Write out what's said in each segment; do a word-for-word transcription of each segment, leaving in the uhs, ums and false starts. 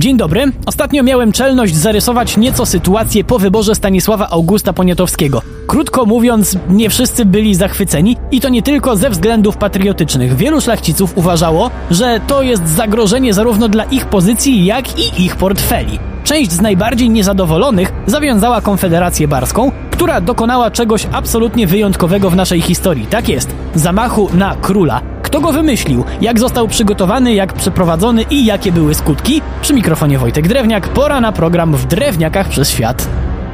Dzień dobry. Ostatnio miałem czelność zarysować nieco sytuację po wyborze Stanisława Augusta Poniatowskiego. Krótko mówiąc, nie wszyscy byli zachwyceni i to nie tylko ze względów patriotycznych. Wielu szlachciców uważało, że to jest zagrożenie zarówno dla ich pozycji, jak i ich portfeli. Część z najbardziej niezadowolonych zawiązała Konfederację Barską, która dokonała czegoś absolutnie wyjątkowego w naszej historii. Tak jest, zamachu na króla. Kto go wymyślił? Jak został przygotowany, jak przeprowadzony i jakie były skutki? Przy mikrofonie Wojtek Drewniak, pora na program W Drewniakach przez Świat.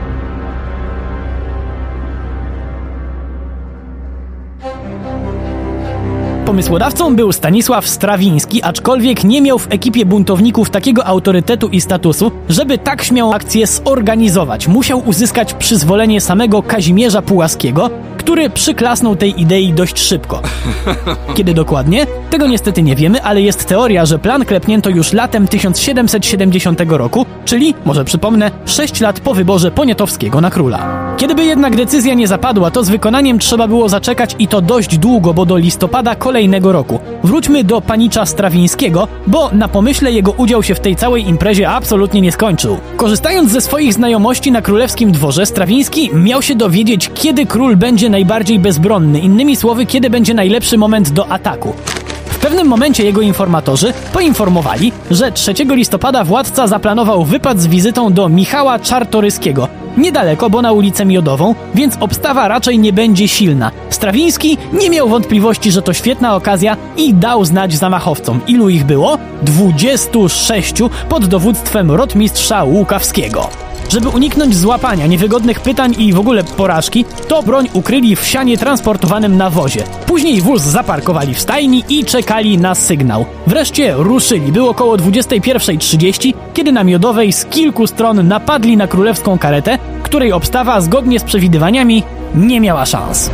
Pomysłodawcą był Stanisław Strawiński, aczkolwiek nie miał w ekipie buntowników takiego autorytetu i statusu, żeby tak śmiałą akcję zorganizować. Musiał uzyskać przyzwolenie samego Kazimierza Pułaskiego, który przyklasnął tej idei dość szybko. Kiedy dokładnie? Tego niestety nie wiemy, ale jest teoria, że plan klepnięto już latem tysiąc siedemset siedemdziesiątego roku, czyli, może przypomnę, sześć lat po wyborze Poniatowskiego na króla. Kiedyby jednak decyzja nie zapadła, to z wykonaniem trzeba było zaczekać i to dość długo, bo do listopada kolejnego roku. Wróćmy do panicza Strawińskiego, bo na pomyśle jego udział się w tej całej imprezie absolutnie nie skończył. Korzystając ze swoich znajomości na królewskim dworze, Strawiński miał się dowiedzieć, kiedy król będzie najbardziej bezbronny, innymi słowy, kiedy będzie najlepszy moment do ataku. W pewnym momencie jego informatorzy poinformowali, że trzeciego listopada władca zaplanował wypad z wizytą do Michała Czartoryskiego. Niedaleko, bo na ulicę Miodową, więc obstawa raczej nie będzie silna. Strawiński nie miał wątpliwości, że to świetna okazja i dał znać zamachowcom. Ilu ich było? dwudziestu sześciu pod dowództwem rotmistrza Łukawskiego. Żeby uniknąć złapania, niewygodnych pytań i w ogóle porażki, to broń ukryli w sianie transportowanym na wozie. Później wóz zaparkowali w stajni i czekali na sygnał. Wreszcie ruszyli. Było około dwudziestej pierwszej trzydzieści, kiedy na Miodowej z kilku stron napadli na królewską karetę, której obstawa zgodnie z przewidywaniami nie miała szans.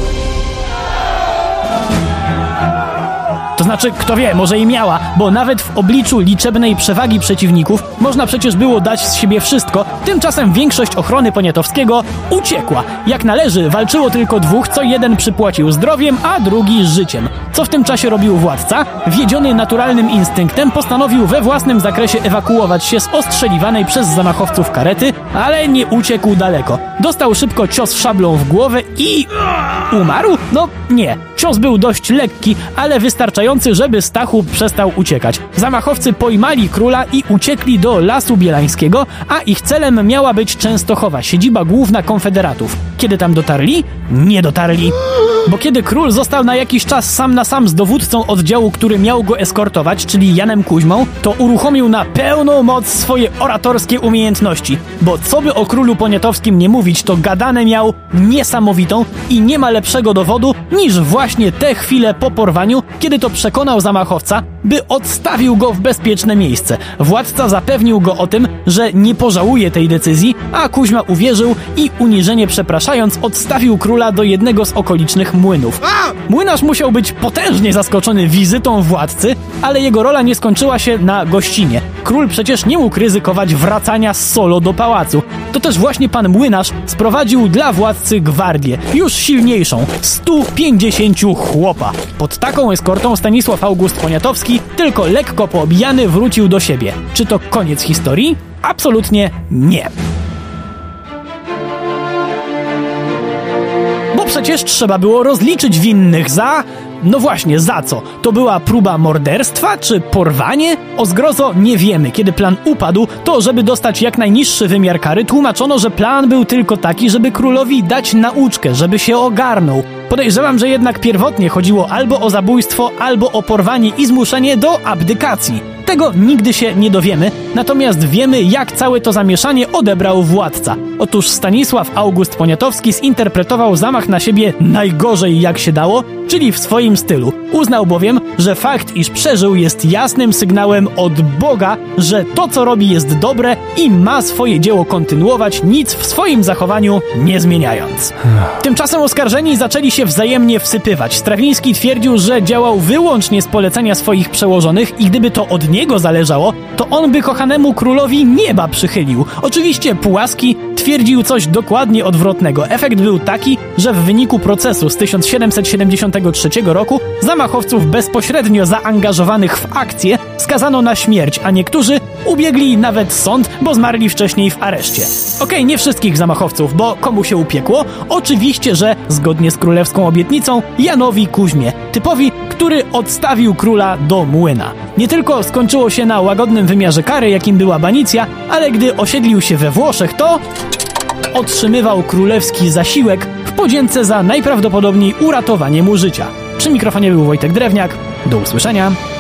To znaczy, kto wie, może i miała, bo nawet w obliczu liczebnej przewagi przeciwników można przecież było dać z siebie wszystko. Tymczasem większość ochrony Poniatowskiego uciekła. Jak należy, walczyło tylko dwóch, co jeden przypłacił zdrowiem, a drugi życiem. Co w tym czasie robił władca? Wiedziony naturalnym instynktem postanowił we własnym zakresie ewakuować się z ostrzeliwanej przez zamachowców karety, ale nie uciekł daleko. Dostał szybko cios szablą w głowę i... umarł? No nie. Cios był dość lekki, ale wystarczający, żeby Stachu przestał uciekać. Zamachowcy pojmali króla i uciekli do Lasu Bielańskiego, a ich celem miała być Częstochowa, siedziba główna konfederatów. Kiedy tam dotarli? Nie dotarli. Bo kiedy król został na jakiś czas sam na sam z dowódcą oddziału, który miał go eskortować, czyli Janem Kuźmą, to uruchomił na pełną moc swoje oratorskie umiejętności. Bo co by o królu Poniatowskim nie mówić, to gadanę miał niesamowitą i nie ma lepszego dowodu niż właśnie te chwile po porwaniu, kiedy to przekonał zamachowca, by odstawił go w bezpieczne miejsce. Władca zapewnił go o tym, że nie pożałuje tej decyzji, a Kuźma uwierzył i uniżenie przepraszając odstawił króla do jednego z okolicznych młynów. Młynarz musiał być potężnie zaskoczony wizytą władcy, ale jego rola nie skończyła się na gościnie. Król przecież nie mógł ryzykować wracania z solo do pałacu. To też właśnie pan młynarz sprowadził dla władcy gwardię, już silniejszą, stu pięćdziesięciu chłopa. Pod taką eskortą Stanisław August Poniatowski, tylko lekko poobijany, wrócił do siebie. Czy to koniec historii? Absolutnie nie. Bo przecież trzeba było rozliczyć winnych za... No właśnie, za co? To była próba morderstwa czy porwanie? O zgrozo nie wiemy. Kiedy plan upadł, to żeby dostać jak najniższy wymiar kary, tłumaczono, że plan był tylko taki, żeby królowi dać nauczkę, żeby się ogarnął. Podejrzewam, że jednak pierwotnie chodziło albo o zabójstwo, albo o porwanie i zmuszenie do abdykacji. Tego nigdy się nie dowiemy, natomiast wiemy, jak całe to zamieszanie odebrał władca. Otóż Stanisław August Poniatowski zinterpretował zamach na siebie najgorzej jak się dało, czyli w swoim stylu. Uznał bowiem, że fakt, iż przeżył, jest jasnym sygnałem od Boga, że to, co robi, jest dobre i ma swoje dzieło kontynuować, nic w swoim zachowaniu nie zmieniając. Tymczasem oskarżeni zaczęli się wzajemnie wsypywać. Strawiński twierdził, że działał wyłącznie z polecenia swoich przełożonych i gdyby to od niego zależało, to on by kochanemu królowi nieba przychylił. Oczywiście Pułaski twierdził coś dokładnie odwrotnego. Efekt był taki, że w wyniku procesu z tysiąc siedemset siedemdziesiątego trzeciego roku zamach zamachowców bezpośrednio zaangażowanych w akcję skazano na śmierć, a niektórzy ubiegli nawet sąd, bo zmarli wcześniej w areszcie. Okej, okay, nie wszystkich zamachowców, bo komu się upiekło? Oczywiście, że zgodnie z królewską obietnicą Janowi Kuźmie, typowi, który odstawił króla do młyna. Nie tylko skończyło się na łagodnym wymiarze kary, jakim była banicja, ale gdy osiedlił się we Włoszech, to otrzymywał królewski zasiłek w podzięce za najprawdopodobniej uratowanie mu życia. Przy mikrofonie był Wojtek Drewniak. Do usłyszenia.